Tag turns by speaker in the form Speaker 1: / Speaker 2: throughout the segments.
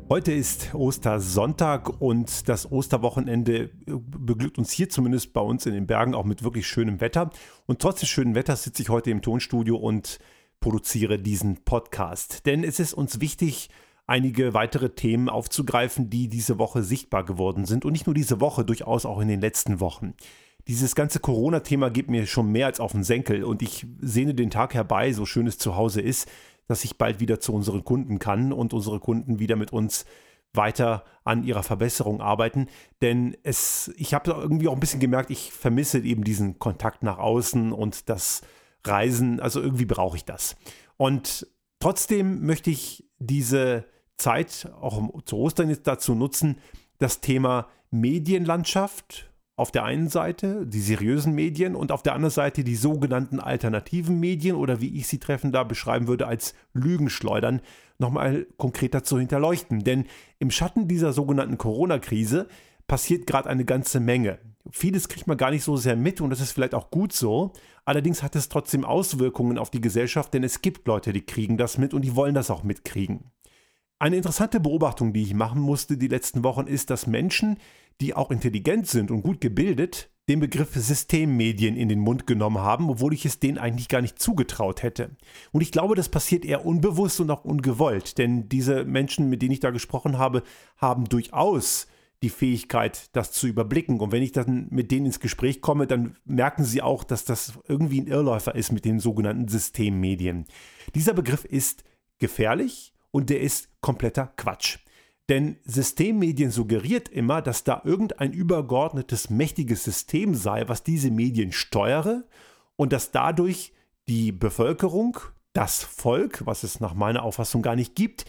Speaker 1: Heute ist Ostersonntag und das Osterwochenende beglückt uns hier zumindest bei uns in den Bergen auch mit wirklich schönem Wetter. Und trotz des schönen Wetters sitze ich heute im Tonstudio und produziere diesen Podcast. Denn es ist uns wichtig, einige weitere Themen aufzugreifen, die diese Woche sichtbar geworden sind. Und nicht nur diese Woche, durchaus auch in den letzten Wochen. Dieses ganze Corona-Thema geht mir schon mehr als auf den Senkel und ich sehne den Tag herbei, so schön es zu Hause ist, dass ich bald wieder zu unseren Kunden kann und unsere Kunden wieder mit uns weiter an ihrer Verbesserung arbeiten. Denn ich habe irgendwie auch ein bisschen gemerkt, ich vermisse eben diesen Kontakt nach außen und das Reisen. Also irgendwie brauche ich das. Und trotzdem möchte ich diese Zeit auch zu Ostern jetzt dazu nutzen, das Thema Medienlandschaft auf der einen Seite, die seriösen Medien und auf der anderen Seite die sogenannten alternativen Medien oder wie ich sie treffender beschreiben würde als Lügenschleudern, nochmal konkreter zu hinterleuchten. Denn im Schatten dieser sogenannten Corona-Krise passiert gerade eine ganze Menge. Vieles kriegt man gar nicht so sehr mit und das ist vielleicht auch gut so. Allerdings hat es trotzdem Auswirkungen auf die Gesellschaft, denn es gibt Leute, die kriegen das mit und die wollen das auch mitkriegen. Eine interessante Beobachtung, die ich machen musste die letzten Wochen, ist, dass Menschen, die auch intelligent sind und gut gebildet, den Begriff Systemmedien in den Mund genommen haben, obwohl ich es denen eigentlich gar nicht zugetraut hätte. Und ich glaube, das passiert eher unbewusst und auch ungewollt, denn diese Menschen, mit denen ich da gesprochen habe, haben durchaus die Fähigkeit, das zu überblicken. Und wenn ich dann mit denen ins Gespräch komme, dann merken sie auch, dass das irgendwie ein Irrläufer ist mit den sogenannten Systemmedien. Dieser Begriff ist gefährlich und der ist kompletter Quatsch. Denn Systemmedien suggeriert immer, dass da irgendein übergeordnetes, mächtiges System sei, was diese Medien steuere und dass dadurch die Bevölkerung, das Volk, was es nach meiner Auffassung gar nicht gibt,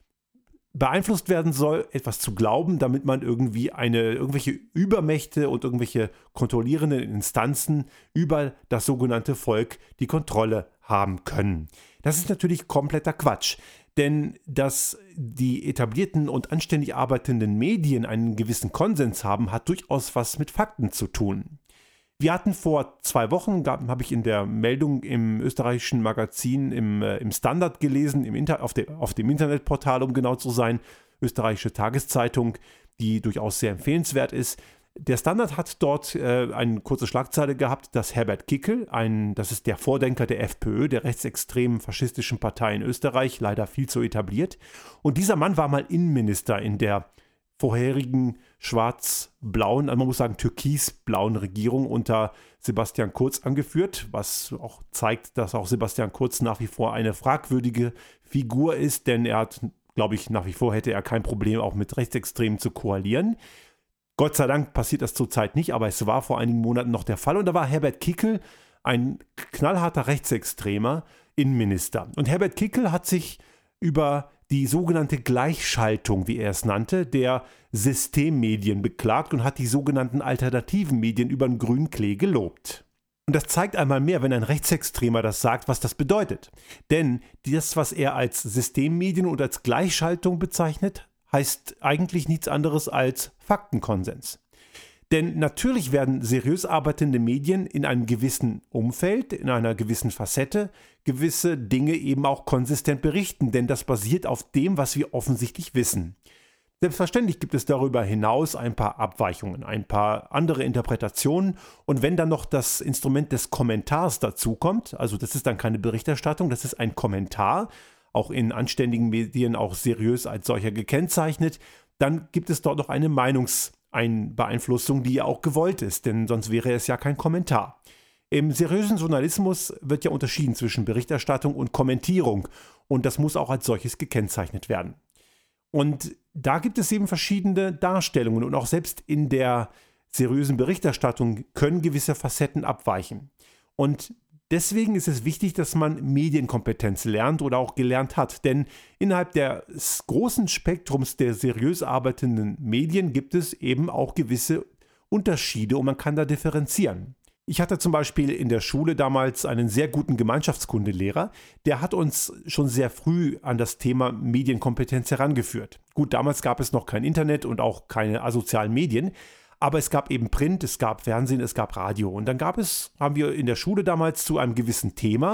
Speaker 1: beeinflusst werden soll, etwas zu glauben, damit man irgendwie irgendwelche Übermächte und irgendwelche kontrollierenden Instanzen über das sogenannte Volk die Kontrolle haben können. Das ist natürlich kompletter Quatsch. Denn dass die etablierten und anständig arbeitenden Medien einen gewissen Konsens haben, hat durchaus was mit Fakten zu tun. Wir hatten vor 2 Wochen, habe ich in der Meldung im österreichischen Magazin im Standard gelesen, auf dem Internetportal, um genau zu sein, österreichische Tageszeitung, die durchaus sehr empfehlenswert ist. Der Standard hat dort eine kurze Schlagzeile gehabt, dass Herbert Kickl, das ist der Vordenker der FPÖ, der rechtsextremen faschistischen Partei in Österreich, leider viel zu etabliert. Und dieser Mann war mal Innenminister in der vorherigen schwarz-blauen, man muss sagen türkis-blauen Regierung unter Sebastian Kurz angeführt, was auch zeigt, dass auch Sebastian Kurz nach wie vor eine fragwürdige Figur ist, denn er hat, glaube ich, nach wie vor hätte er kein Problem, auch mit Rechtsextremen zu koalieren. Gott sei Dank passiert das zurzeit nicht, aber es war vor einigen Monaten noch der Fall. Und da war Herbert Kickl, ein knallharter Rechtsextremer, Innenminister. Und Herbert Kickl hat sich über die sogenannte Gleichschaltung, wie er es nannte, der Systemmedien beklagt und hat die sogenannten alternativen Medien über den grünen Klee gelobt. Und das zeigt einmal mehr, wenn ein Rechtsextremer das sagt, was das bedeutet. Denn das, was er als Systemmedien und als Gleichschaltung bezeichnet, heißt eigentlich nichts anderes als Faktenkonsens. Denn natürlich werden seriös arbeitende Medien in einem gewissen Umfeld, in einer gewissen Facette, gewisse Dinge eben auch konsistent berichten, denn das basiert auf dem, was wir offensichtlich wissen. Selbstverständlich gibt es darüber hinaus ein paar Abweichungen, ein paar andere Interpretationen und wenn dann noch das Instrument des Kommentars dazukommt, also das ist dann keine Berichterstattung, das ist ein Kommentar, auch in anständigen Medien auch seriös als solcher gekennzeichnet, dann gibt es dort noch eine Meinungsbeeinflussung, die ja auch gewollt ist, denn sonst wäre es ja kein Kommentar. Im seriösen Journalismus wird ja unterschieden zwischen Berichterstattung und Kommentierung und das muss auch als solches gekennzeichnet werden. Und da gibt es eben verschiedene Darstellungen und auch selbst in der seriösen Berichterstattung können gewisse Facetten abweichen. Und deswegen ist es wichtig, dass man Medienkompetenz lernt oder auch gelernt hat, denn innerhalb des großen Spektrums der seriös arbeitenden Medien gibt es eben auch gewisse Unterschiede und man kann da differenzieren. Ich hatte zum Beispiel in der Schule damals einen sehr guten Gemeinschaftskundelehrer, der hat uns schon sehr früh an das Thema Medienkompetenz herangeführt. Gut, damals gab es noch kein Internet und auch keine asozialen Medien, aber es gab eben Print, es gab Fernsehen, es gab Radio. Und dann haben wir in der Schule damals zu einem gewissen Thema,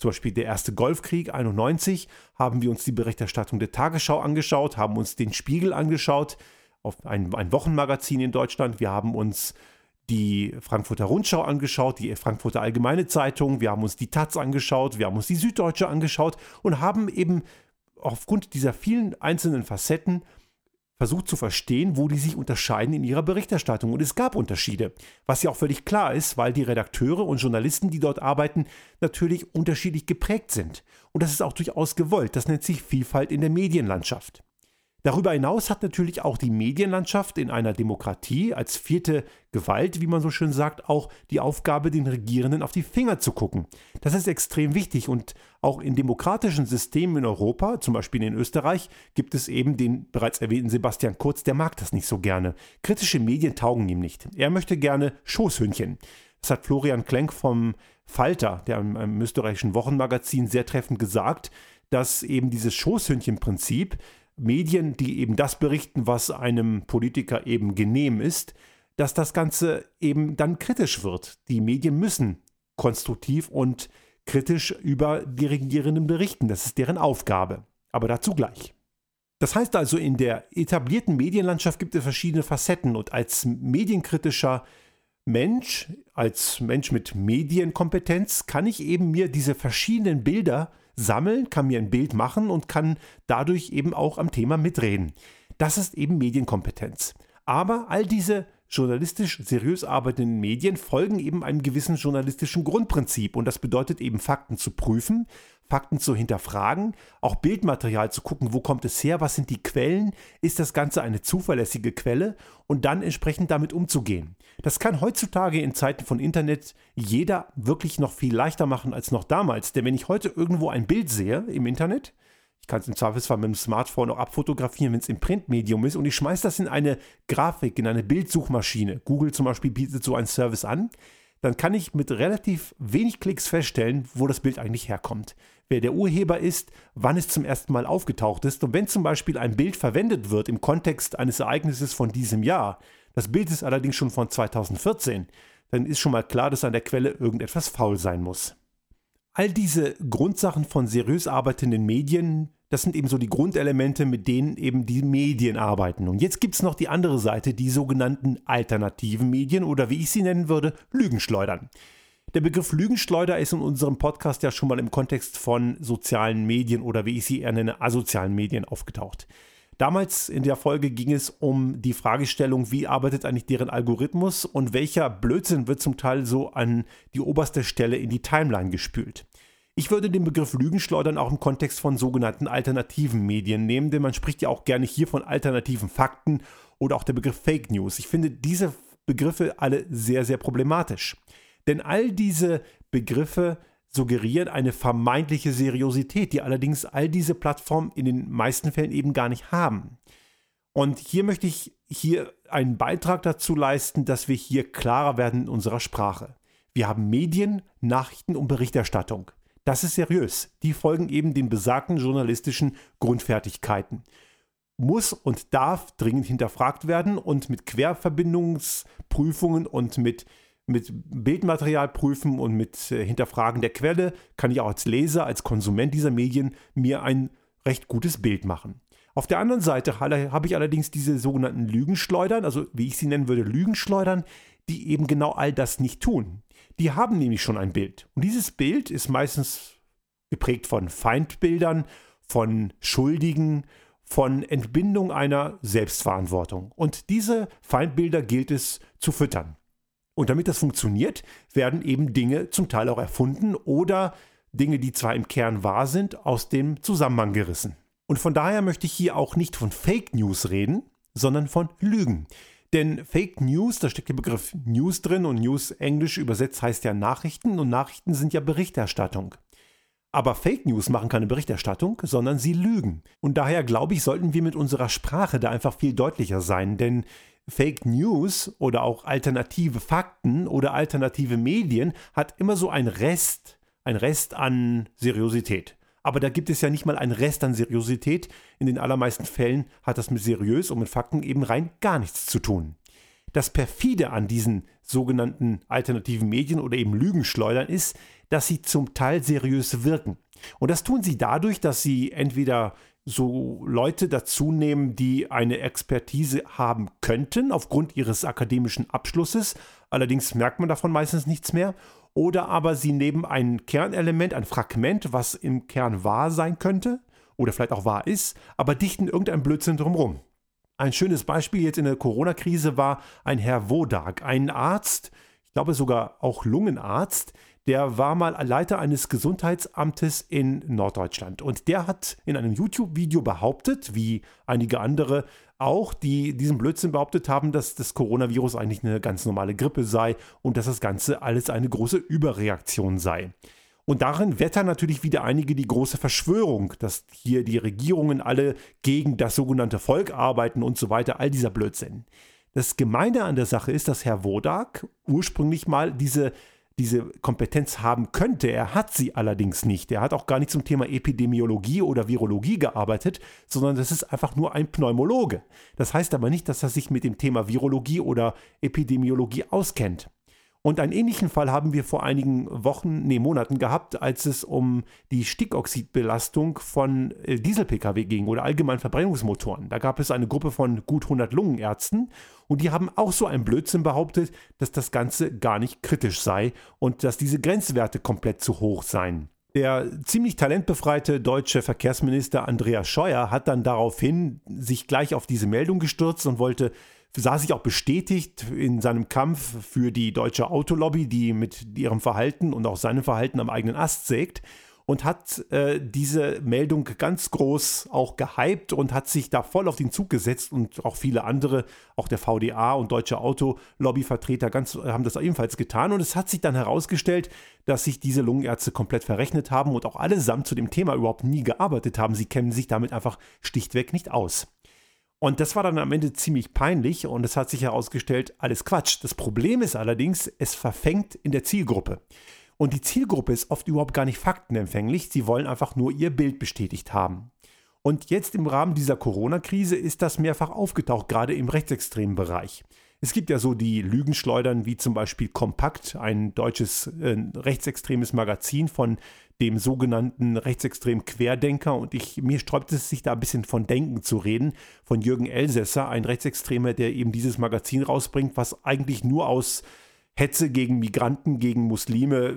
Speaker 1: zum Beispiel der erste Golfkrieg 91, haben wir uns die Berichterstattung der Tagesschau angeschaut, haben uns den Spiegel angeschaut, auf ein Wochenmagazin in Deutschland. Wir haben uns die Frankfurter Rundschau angeschaut, die Frankfurter Allgemeine Zeitung, wir haben uns die taz angeschaut, wir haben uns die Süddeutsche angeschaut und haben eben aufgrund dieser vielen einzelnen Facetten versucht zu verstehen, wo die sich unterscheiden in ihrer Berichterstattung. Und es gab Unterschiede, was ja auch völlig klar ist, weil die Redakteure und Journalisten, die dort arbeiten, natürlich unterschiedlich geprägt sind. Und das ist auch durchaus gewollt. Das nennt sich Vielfalt in der Medienlandschaft. Darüber hinaus hat natürlich auch die Medienlandschaft in einer Demokratie als vierte Gewalt, wie man so schön sagt, auch die Aufgabe, den Regierenden auf die Finger zu gucken. Das ist extrem wichtig und auch in demokratischen Systemen in Europa, zum Beispiel in Österreich, gibt es eben den bereits erwähnten Sebastian Kurz, der mag das nicht so gerne. Kritische Medien taugen ihm nicht. Er möchte gerne Schoßhündchen. Das hat Florian Klenk vom Falter, der im österreichischen Wochenmagazin, sehr treffend gesagt, dass eben dieses Schoßhündchenprinzip Medien, die eben das berichten, was einem Politiker eben genehm ist, dass das Ganze eben dann kritisch wird. Die Medien müssen konstruktiv und kritisch über die Regierenden berichten. Das ist deren Aufgabe. Aber dazu gleich. Das heißt also, in der etablierten Medienlandschaft gibt es verschiedene Facetten und als medienkritischer Mensch, als Mensch mit Medienkompetenz, kann ich eben mir diese verschiedenen Bilder sammeln, kann mir ein Bild machen und kann dadurch eben auch am Thema mitreden. Das ist eben Medienkompetenz. Aber all diese journalistisch seriös arbeitenden Medien folgen eben einem gewissen journalistischen Grundprinzip und das bedeutet eben Fakten zu prüfen, Fakten zu hinterfragen, auch Bildmaterial zu gucken, wo kommt es her, was sind die Quellen, ist das Ganze eine zuverlässige Quelle und dann entsprechend damit umzugehen. Das kann heutzutage in Zeiten von Internet jeder wirklich noch viel leichter machen als noch damals, denn wenn ich heute irgendwo ein Bild sehe im Internet, ich kann es im Zweifelsfall mit dem Smartphone auch abfotografieren, wenn es im Printmedium ist und ich schmeiße das in eine Grafik, in eine Bildsuchmaschine. Google zum Beispiel bietet so einen Service an. Dann kann ich mit relativ wenig Klicks feststellen, wo das Bild eigentlich herkommt. Wer der Urheber ist, wann es zum ersten Mal aufgetaucht ist. Und wenn zum Beispiel ein Bild verwendet wird im Kontext eines Ereignisses von diesem Jahr, das Bild ist allerdings schon von 2014, dann ist schon mal klar, dass an der Quelle irgendetwas faul sein muss. All diese Grundsachen von seriös arbeitenden Medien, das sind eben so die Grundelemente, mit denen eben die Medien arbeiten. Und jetzt gibt es noch die andere Seite, die sogenannten alternativen Medien oder wie ich sie nennen würde, Lügenschleudern. Der Begriff Lügenschleuder ist in unserem Podcast ja schon mal im Kontext von sozialen Medien oder wie ich sie eher nenne, asozialen Medien aufgetaucht. Damals in der Folge ging es um die Fragestellung, wie arbeitet eigentlich deren Algorithmus und welcher Blödsinn wird zum Teil so an die oberste Stelle in die Timeline gespült. Ich würde den Begriff Lügenschleudern auch im Kontext von sogenannten alternativen Medien nehmen, denn man spricht ja auch gerne hier von alternativen Fakten oder auch der Begriff Fake News. Ich finde diese Begriffe alle sehr, sehr problematisch. Denn all diese Begriffe suggerieren eine vermeintliche Seriosität, die allerdings all diese Plattformen in den meisten Fällen eben gar nicht haben. Und hier möchte ich einen Beitrag dazu leisten, dass wir hier klarer werden in unserer Sprache. Wir haben Medien, Nachrichten und Berichterstattung. Das ist seriös. Die folgen eben den besagten journalistischen Grundfertigkeiten. Muss und darf dringend hinterfragt werden und mit Querverbindungsprüfungen und mit Bildmaterial prüfen und mit Hinterfragen der Quelle kann ich auch als Leser, als Konsument dieser Medien mir ein recht gutes Bild machen. Auf der anderen Seite habe ich allerdings diese sogenannten Lügenschleudern, also wie ich sie nennen würde, Lügenschleudern, die eben genau all das nicht tun. Die haben nämlich schon ein Bild. Und dieses Bild ist meistens geprägt von Feindbildern, von Schuldigen, von Entbindung einer Selbstverantwortung. Und diese Feindbilder gilt es zu füttern. Und damit das funktioniert, werden eben Dinge zum Teil auch erfunden oder Dinge, die zwar im Kern wahr sind, aus dem Zusammenhang gerissen. Und von daher möchte ich hier auch nicht von Fake News reden, sondern von Lügen. Denn Fake News, da steckt der Begriff News drin und News englisch übersetzt heißt ja Nachrichten und Nachrichten sind ja Berichterstattung. Aber Fake News machen keine Berichterstattung, sondern sie lügen. Und daher glaube ich, sollten wir mit unserer Sprache da einfach viel deutlicher sein, denn Fake News oder auch alternative Fakten oder alternative Medien hat immer so ein Rest an Seriosität. Aber da gibt es ja nicht mal einen Rest an Seriosität. In den allermeisten Fällen hat das mit seriös und mit Fakten eben rein gar nichts zu tun. Das Perfide an diesen sogenannten alternativen Medien oder eben Lügenschleudern ist, dass sie zum Teil seriös wirken. Und das tun sie dadurch, dass sie entweder so Leute dazu nehmen, die eine Expertise haben könnten aufgrund ihres akademischen Abschlusses, allerdings merkt man davon meistens nichts mehr, oder aber sie nehmen ein Kernelement, ein Fragment, was im Kern wahr sein könnte oder vielleicht auch wahr ist, aber dichten irgendein Blödsinn drumherum. Ein schönes Beispiel jetzt in der Corona-Krise war ein Herr Wodak, ein Arzt, ich glaube sogar auch Lungenarzt, der war mal Leiter eines Gesundheitsamtes in Norddeutschland. Und der hat in einem YouTube-Video behauptet, wie einige andere auch, die diesen Blödsinn behauptet haben, dass das Coronavirus eigentlich eine ganz normale Grippe sei und dass das Ganze alles eine große Überreaktion sei. Und darin wettern natürlich wieder einige die große Verschwörung, dass hier die Regierungen alle gegen das sogenannte Volk arbeiten und so weiter, all dieser Blödsinn. Das Gemeine an der Sache ist, dass Herr Wodak ursprünglich mal diese Kompetenz haben könnte. Er hat sie allerdings nicht. Er hat auch gar nicht zum Thema Epidemiologie oder Virologie gearbeitet, sondern das ist einfach nur ein Pneumologe. Das heißt aber nicht, dass er sich mit dem Thema Virologie oder Epidemiologie auskennt. Und einen ähnlichen Fall haben wir vor einigen Monaten gehabt, als es um die Stickoxidbelastung von Diesel-Pkw ging oder allgemein Verbrennungsmotoren. Da gab es eine Gruppe von gut 100 Lungenärzten und die haben auch so einen Blödsinn behauptet, dass das Ganze gar nicht kritisch sei und dass diese Grenzwerte komplett zu hoch seien. Der ziemlich talentbefreite deutsche Verkehrsminister Andreas Scheuer hat dann daraufhin sich gleich auf diese Meldung gestürzt und sah sich auch bestätigt in seinem Kampf für die deutsche Autolobby, die mit ihrem Verhalten und auch seinem Verhalten am eigenen Ast sägt, und hat diese Meldung ganz groß auch gehypt und hat sich da voll auf den Zug gesetzt und auch viele andere, auch der VDA und deutsche Autolobbyvertreter haben das ebenfalls getan, und es hat sich dann herausgestellt, dass sich diese Lungenärzte komplett verrechnet haben und auch allesamt zu dem Thema überhaupt nie gearbeitet haben. Sie kennen sich damit einfach schlichtweg nicht aus. Und das war dann am Ende ziemlich peinlich und es hat sich herausgestellt, alles Quatsch. Das Problem ist allerdings, es verfängt in der Zielgruppe. Und die Zielgruppe ist oft überhaupt gar nicht faktenempfänglich, sie wollen einfach nur ihr Bild bestätigt haben. Und jetzt im Rahmen dieser Corona-Krise ist das mehrfach aufgetaucht, gerade im rechtsextremen Bereich. Es gibt ja so die Lügenschleudern wie zum Beispiel Kompakt, ein deutsches rechtsextremes Magazin von dem sogenannten rechtsextremen Querdenker, und mir sträubt es sich da ein bisschen von Denken zu reden, von Jürgen Elsässer, ein Rechtsextremer, der eben dieses Magazin rausbringt, was eigentlich nur aus Hetze gegen Migranten, gegen Muslime,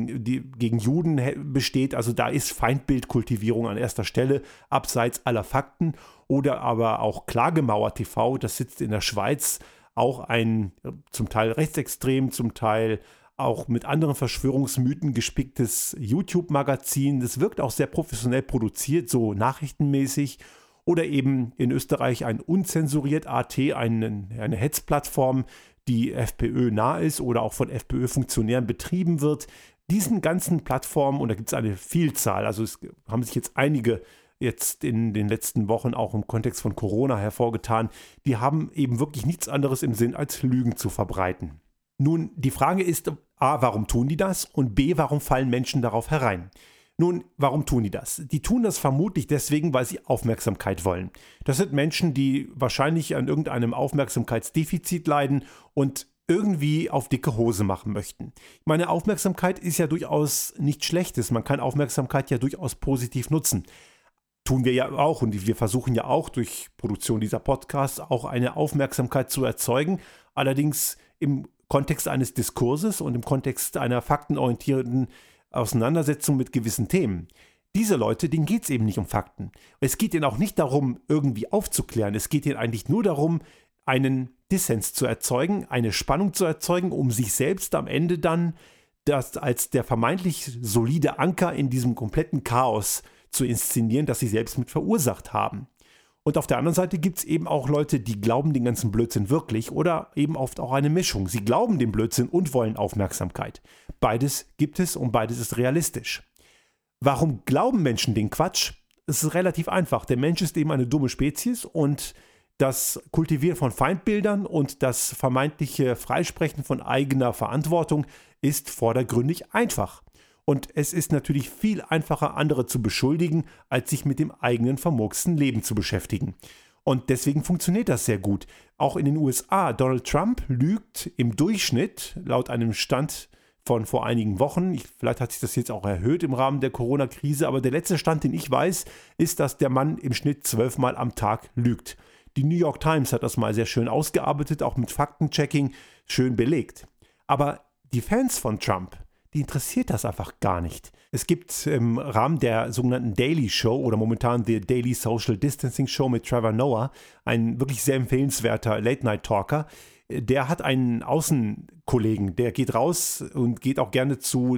Speaker 1: gegen Juden besteht. Also da ist Feindbildkultivierung an erster Stelle, abseits aller Fakten. Oder aber auch Klagemauer TV, das sitzt in der Schweiz, auch ein zum Teil rechtsextrem, zum Teil auch mit anderen Verschwörungsmythen gespicktes YouTube-Magazin. Das wirkt auch sehr professionell produziert, so nachrichtenmäßig. Oder eben in Österreich ein Unzensuriert.at, eine Hetzplattform, die FPÖ nah ist oder auch von FPÖ-Funktionären betrieben wird. Diesen ganzen Plattformen, und da gibt es eine Vielzahl, also es haben sich jetzt einige jetzt in den letzten Wochen auch im Kontext von Corona hervorgetan, die haben eben wirklich nichts anderes im Sinn, als Lügen zu verbreiten. Nun, die Frage ist, A, warum tun die das? Und B, warum fallen Menschen darauf herein? Nun, warum tun die das? Die tun das vermutlich deswegen, weil sie Aufmerksamkeit wollen. Das sind Menschen, die wahrscheinlich an irgendeinem Aufmerksamkeitsdefizit leiden und irgendwie auf dicke Hose machen möchten. Meine Aufmerksamkeit ist ja durchaus nichts Schlechtes. Man kann Aufmerksamkeit ja durchaus positiv nutzen. Tun wir ja auch, und wir versuchen ja auch durch Produktion dieser Podcasts auch eine Aufmerksamkeit zu erzeugen. Allerdings im Kontext eines Diskurses und im Kontext einer faktenorientierten Auseinandersetzung mit gewissen Themen. Diese Leute, denen geht es eben nicht um Fakten. Es geht ihnen auch nicht darum, irgendwie aufzuklären. Es geht ihnen eigentlich nur darum, einen Dissens zu erzeugen, eine Spannung zu erzeugen, um sich selbst am Ende dann das als der vermeintlich solide Anker in diesem kompletten Chaos zu inszenieren, das sie selbst mit verursacht haben. Und auf der anderen Seite gibt es eben auch Leute, die glauben den ganzen Blödsinn wirklich oder eben oft auch eine Mischung. Sie glauben den Blödsinn und wollen Aufmerksamkeit. Beides gibt es und beides ist realistisch. Warum glauben Menschen den Quatsch? Es ist relativ einfach. Der Mensch ist eben eine dumme Spezies und das Kultivieren von Feindbildern und das vermeintliche Freisprechen von eigener Verantwortung ist vordergründig einfach. Und es ist natürlich viel einfacher, andere zu beschuldigen, als sich mit dem eigenen vermurksten Leben zu beschäftigen. Und deswegen funktioniert das sehr gut. Auch in den USA, Donald Trump lügt im Durchschnitt, laut einem Stand von vor einigen Wochen. Vielleicht hat sich das jetzt auch erhöht im Rahmen der Corona-Krise, aber der letzte Stand, den ich weiß, ist, dass der Mann im Schnitt 12 Mal am Tag lügt. Die New York Times hat das mal sehr schön ausgearbeitet, auch mit Faktenchecking schön belegt. Aber die Fans von Trump, die interessiert das einfach gar nicht. Es gibt im Rahmen der sogenannten Daily Show oder momentan The Daily Social Distancing Show mit Trevor Noah, ein wirklich sehr empfehlenswerter Late-Night-Talker, der hat einen Außenkollegen, der geht raus und geht auch gerne zu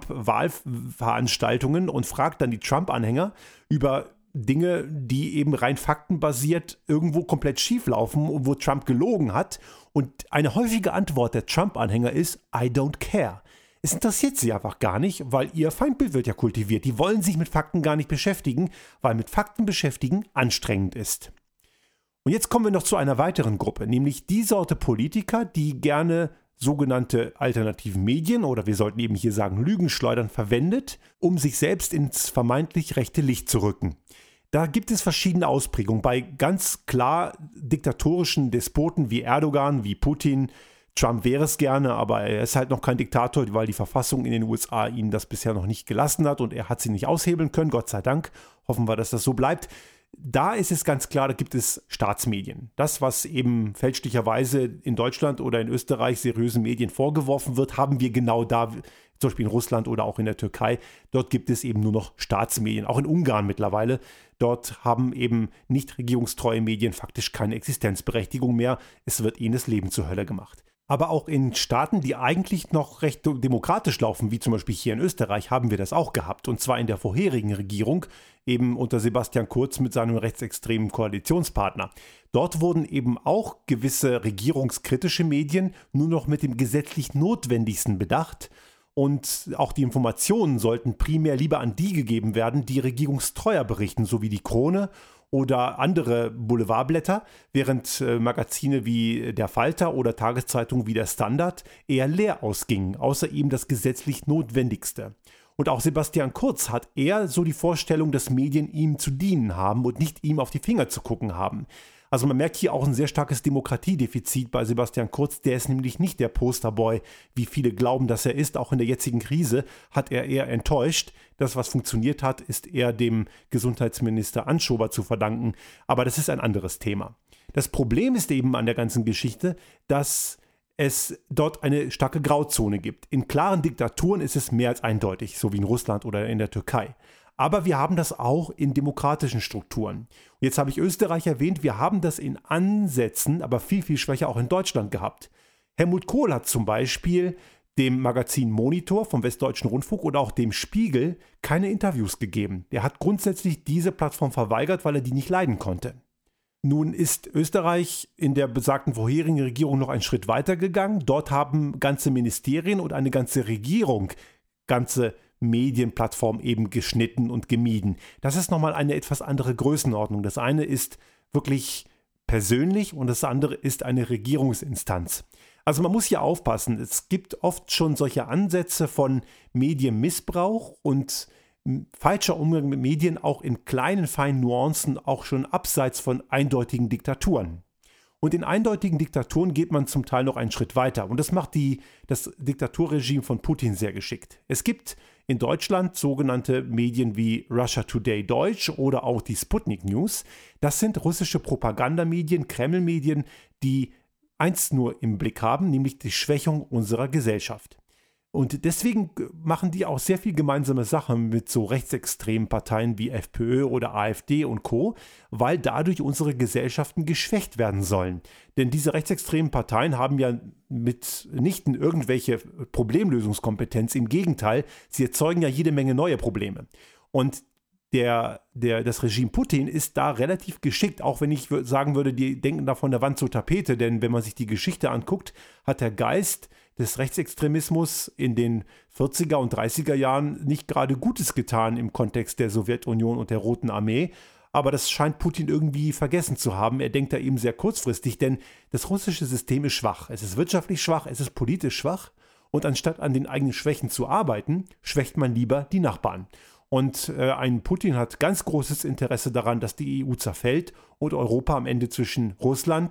Speaker 1: Trump-Wahlveranstaltungen und fragt dann die Trump-Anhänger über Dinge, die eben rein faktenbasiert irgendwo komplett schief laufen und wo Trump gelogen hat. Und eine häufige Antwort der Trump-Anhänger ist, I don't care. Es interessiert sie einfach gar nicht, weil ihr Feindbild wird ja kultiviert. Die wollen sich mit Fakten gar nicht beschäftigen, weil mit Fakten beschäftigen anstrengend ist. Und jetzt kommen wir noch zu einer weiteren Gruppe, nämlich die Sorte Politiker, die gerne sogenannte alternativen Medien oder wir sollten eben hier sagen Lügenschleudern verwendet, um sich selbst ins vermeintlich rechte Licht zu rücken. Da gibt es verschiedene Ausprägungen. Bei ganz klar diktatorischen Despoten wie Erdogan, wie Putin, Trump wäre es gerne, aber er ist halt noch kein Diktator, weil die Verfassung in den USA ihn das bisher noch nicht gelassen hat und er hat sie nicht aushebeln können, Gott sei Dank. Hoffen wir, dass das so bleibt. Da ist es ganz klar, da gibt es Staatsmedien. Das, was eben fälschlicherweise in Deutschland oder in Österreich seriösen Medien vorgeworfen wird, haben wir genau da, zum Beispiel in Russland oder auch in der Türkei. Dort gibt es eben nur noch Staatsmedien, auch in Ungarn mittlerweile. Dort haben eben nicht regierungstreue Medien faktisch keine Existenzberechtigung mehr. Es wird ihnen das Leben zur Hölle gemacht. Aber auch in Staaten, die eigentlich noch recht demokratisch laufen, wie zum Beispiel hier in Österreich, haben wir das auch gehabt. Und zwar in der vorherigen Regierung, eben unter Sebastian Kurz mit seinem rechtsextremen Koalitionspartner. Dort wurden eben auch gewisse regierungskritische Medien nur noch mit dem gesetzlich Notwendigsten bedacht. Und auch die Informationen sollten primär lieber an die gegeben werden, die regierungstreuer berichten, so wie die Krone oder andere Boulevardblätter, während Magazine wie der Falter oder Tageszeitungen wie der Standard eher leer ausgingen, außer eben das gesetzlich Notwendigste. Und auch Sebastian Kurz hat eher so die Vorstellung, dass Medien ihm zu dienen haben und nicht ihm auf die Finger zu gucken haben. Also man merkt hier auch ein sehr starkes Demokratiedefizit bei Sebastian Kurz. Der ist nämlich nicht der Posterboy, wie viele glauben, dass er ist. Auch in der jetzigen Krise hat er eher enttäuscht. Das, was funktioniert hat, ist eher dem Gesundheitsminister Anschober zu verdanken. Aber das ist ein anderes Thema. Das Problem ist eben an der ganzen Geschichte, dass es dort eine starke Grauzone gibt. In klaren Diktaturen ist es mehr als eindeutig, so wie in Russland oder in der Türkei. Aber wir haben das auch in demokratischen Strukturen. Und jetzt habe ich Österreich erwähnt, wir haben das in Ansätzen, aber viel, viel schwächer auch in Deutschland gehabt. Helmut Kohl hat zum Beispiel dem Magazin Monitor vom Westdeutschen Rundfunk oder auch dem Spiegel keine Interviews gegeben. Der hat grundsätzlich diese Plattform verweigert, weil er die nicht leiden konnte. Nun ist Österreich in der besagten vorherigen Regierung noch einen Schritt weiter gegangen. Dort haben ganze Ministerien und eine ganze Regierung ganze Medienplattform eben geschnitten und gemieden. Das ist nochmal eine etwas andere Größenordnung. Das eine ist wirklich persönlich und das andere ist eine Regierungsinstanz. Also man muss hier aufpassen. Es gibt oft schon solche Ansätze von Medienmissbrauch und falscher Umgang mit Medien auch in kleinen, feinen Nuancen, auch schon abseits von eindeutigen Diktaturen. Und in eindeutigen Diktaturen geht man zum Teil noch einen Schritt weiter. Und das macht das Diktaturregime von Putin sehr geschickt. Es gibt in Deutschland sogenannte Medien wie Russia Today Deutsch oder auch die Sputnik News. Das sind russische Propagandamedien, Kreml-Medien, die eins nur im Blick haben, nämlich die Schwächung unserer Gesellschaft. Und deswegen machen die auch sehr viel gemeinsame Sachen mit so rechtsextremen Parteien wie FPÖ oder AfD und Co., weil dadurch unsere Gesellschaften geschwächt werden sollen. Denn diese rechtsextremen Parteien haben ja mitnichten irgendwelche Problemlösungskompetenz. Im Gegenteil, sie erzeugen ja jede Menge neue Probleme. Und das Regime Putin ist da relativ geschickt, auch wenn ich sagen würde, die denken da von der Wand zur Tapete, denn wenn man sich die Geschichte anguckt, hat der Geist des Rechtsextremismus in den 40er und 30er Jahren nicht gerade Gutes getan im Kontext der Sowjetunion und der Roten Armee. Aber das scheint Putin irgendwie vergessen zu haben. Er denkt da eben sehr kurzfristig, denn das russische System ist schwach. Es ist wirtschaftlich schwach, es ist politisch schwach. Und anstatt an den eigenen Schwächen zu arbeiten, schwächt man lieber die Nachbarn. Und ein Putin hat ganz großes Interesse daran, dass die EU zerfällt und Europa am Ende zwischen Russland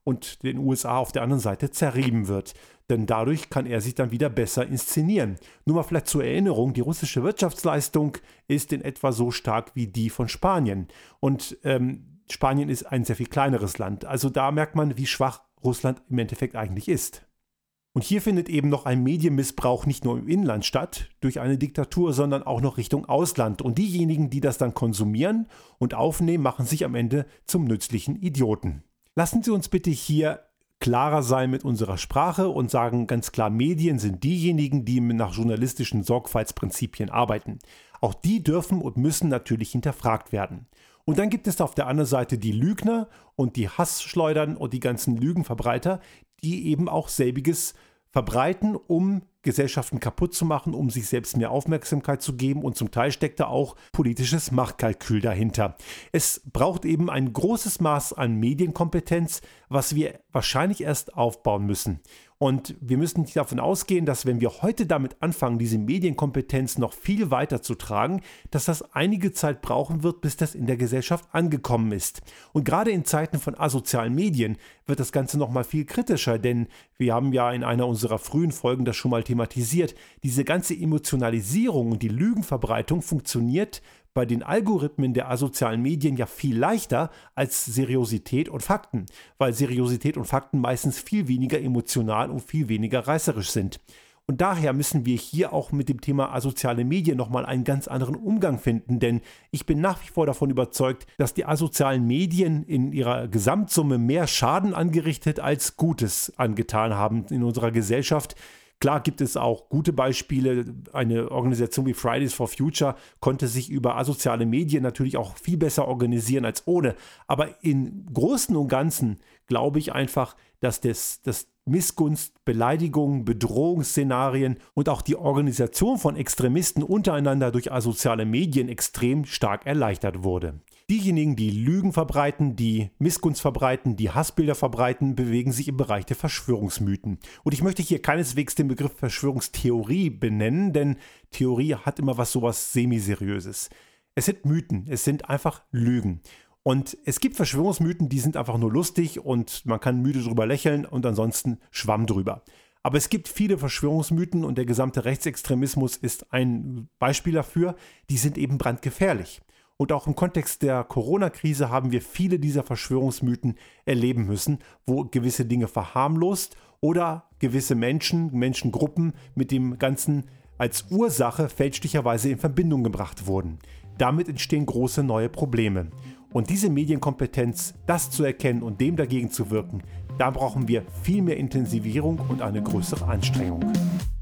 Speaker 1: und den USA auf der anderen Seite zerrieben wird. Denn dadurch kann er sich dann wieder besser inszenieren. Nur mal vielleicht zur Erinnerung, die russische Wirtschaftsleistung ist in etwa so stark wie die von Spanien. Und Spanien ist ein sehr viel kleineres Land. Also da merkt man, wie schwach Russland im Endeffekt eigentlich ist. Und hier findet eben noch ein Medienmissbrauch nicht nur im Inland statt, durch eine Diktatur, sondern auch noch Richtung Ausland. Und diejenigen, die das dann konsumieren und aufnehmen, machen sich am Ende zum nützlichen Idioten. Lassen Sie uns bitte hier klarer sein mit unserer Sprache und sagen ganz klar, Medien sind diejenigen, die nach journalistischen Sorgfaltsprinzipien arbeiten. Auch die dürfen und müssen natürlich hinterfragt werden. Und dann gibt es auf der anderen Seite die Lügner und die Hassschleudern und die ganzen Lügenverbreiter, die eben auch selbiges verbreiten, um Gesellschaften kaputt zu machen, um sich selbst mehr Aufmerksamkeit zu geben, und zum Teil steckt da auch politisches Machtkalkül dahinter. Es braucht eben ein großes Maß an Medienkompetenz, was wir wahrscheinlich erst aufbauen müssen. Und wir müssen nicht davon ausgehen, dass wenn wir heute damit anfangen, diese Medienkompetenz noch viel weiter zu tragen, dass das einige Zeit brauchen wird, bis das in der Gesellschaft angekommen ist. Und gerade in Zeiten von asozialen Medien wird das Ganze noch mal viel kritischer, denn wir haben ja in einer unserer frühen Folgen das schon mal thematisiert. Diese ganze Emotionalisierung und die Lügenverbreitung funktioniert bei den Algorithmen der asozialen Medien ja viel leichter als Seriosität und Fakten, weil Seriosität und Fakten meistens viel weniger emotional und viel weniger reißerisch sind. Und daher müssen wir hier auch mit dem Thema asoziale Medien nochmal einen ganz anderen Umgang finden, denn ich bin nach wie vor davon überzeugt, dass die asozialen Medien in ihrer Gesamtsumme mehr Schaden angerichtet als Gutes angetan haben in unserer Gesellschaft. Klar gibt es auch gute Beispiele. Eine Organisation wie Fridays for Future konnte sich über asoziale Medien natürlich auch viel besser organisieren als ohne. Aber im Großen und Ganzen glaube ich einfach, dass das Missgunst, Beleidigungen, Bedrohungsszenarien und auch die Organisation von Extremisten untereinander durch asoziale Medien extrem stark erleichtert wurde. Diejenigen, die Lügen verbreiten, die Missgunst verbreiten, die Hassbilder verbreiten, bewegen sich im Bereich der Verschwörungsmythen. Und ich möchte hier keineswegs den Begriff Verschwörungstheorie benennen, denn Theorie hat immer sowas Semi-Seriöses. Es sind Mythen, es sind einfach Lügen. Und es gibt Verschwörungsmythen, die sind einfach nur lustig und man kann müde drüber lächeln und ansonsten Schwamm drüber. Aber es gibt viele Verschwörungsmythen und der gesamte Rechtsextremismus ist ein Beispiel dafür, die sind eben brandgefährlich. Und auch im Kontext der Corona-Krise haben wir viele dieser Verschwörungsmythen erleben müssen, wo gewisse Dinge verharmlost oder gewisse Menschengruppen mit dem Ganzen als Ursache fälschlicherweise in Verbindung gebracht wurden. Damit entstehen große neue Probleme. Und diese Medienkompetenz, das zu erkennen und dem dagegen zu wirken, da brauchen wir viel mehr Intensivierung und eine größere Anstrengung.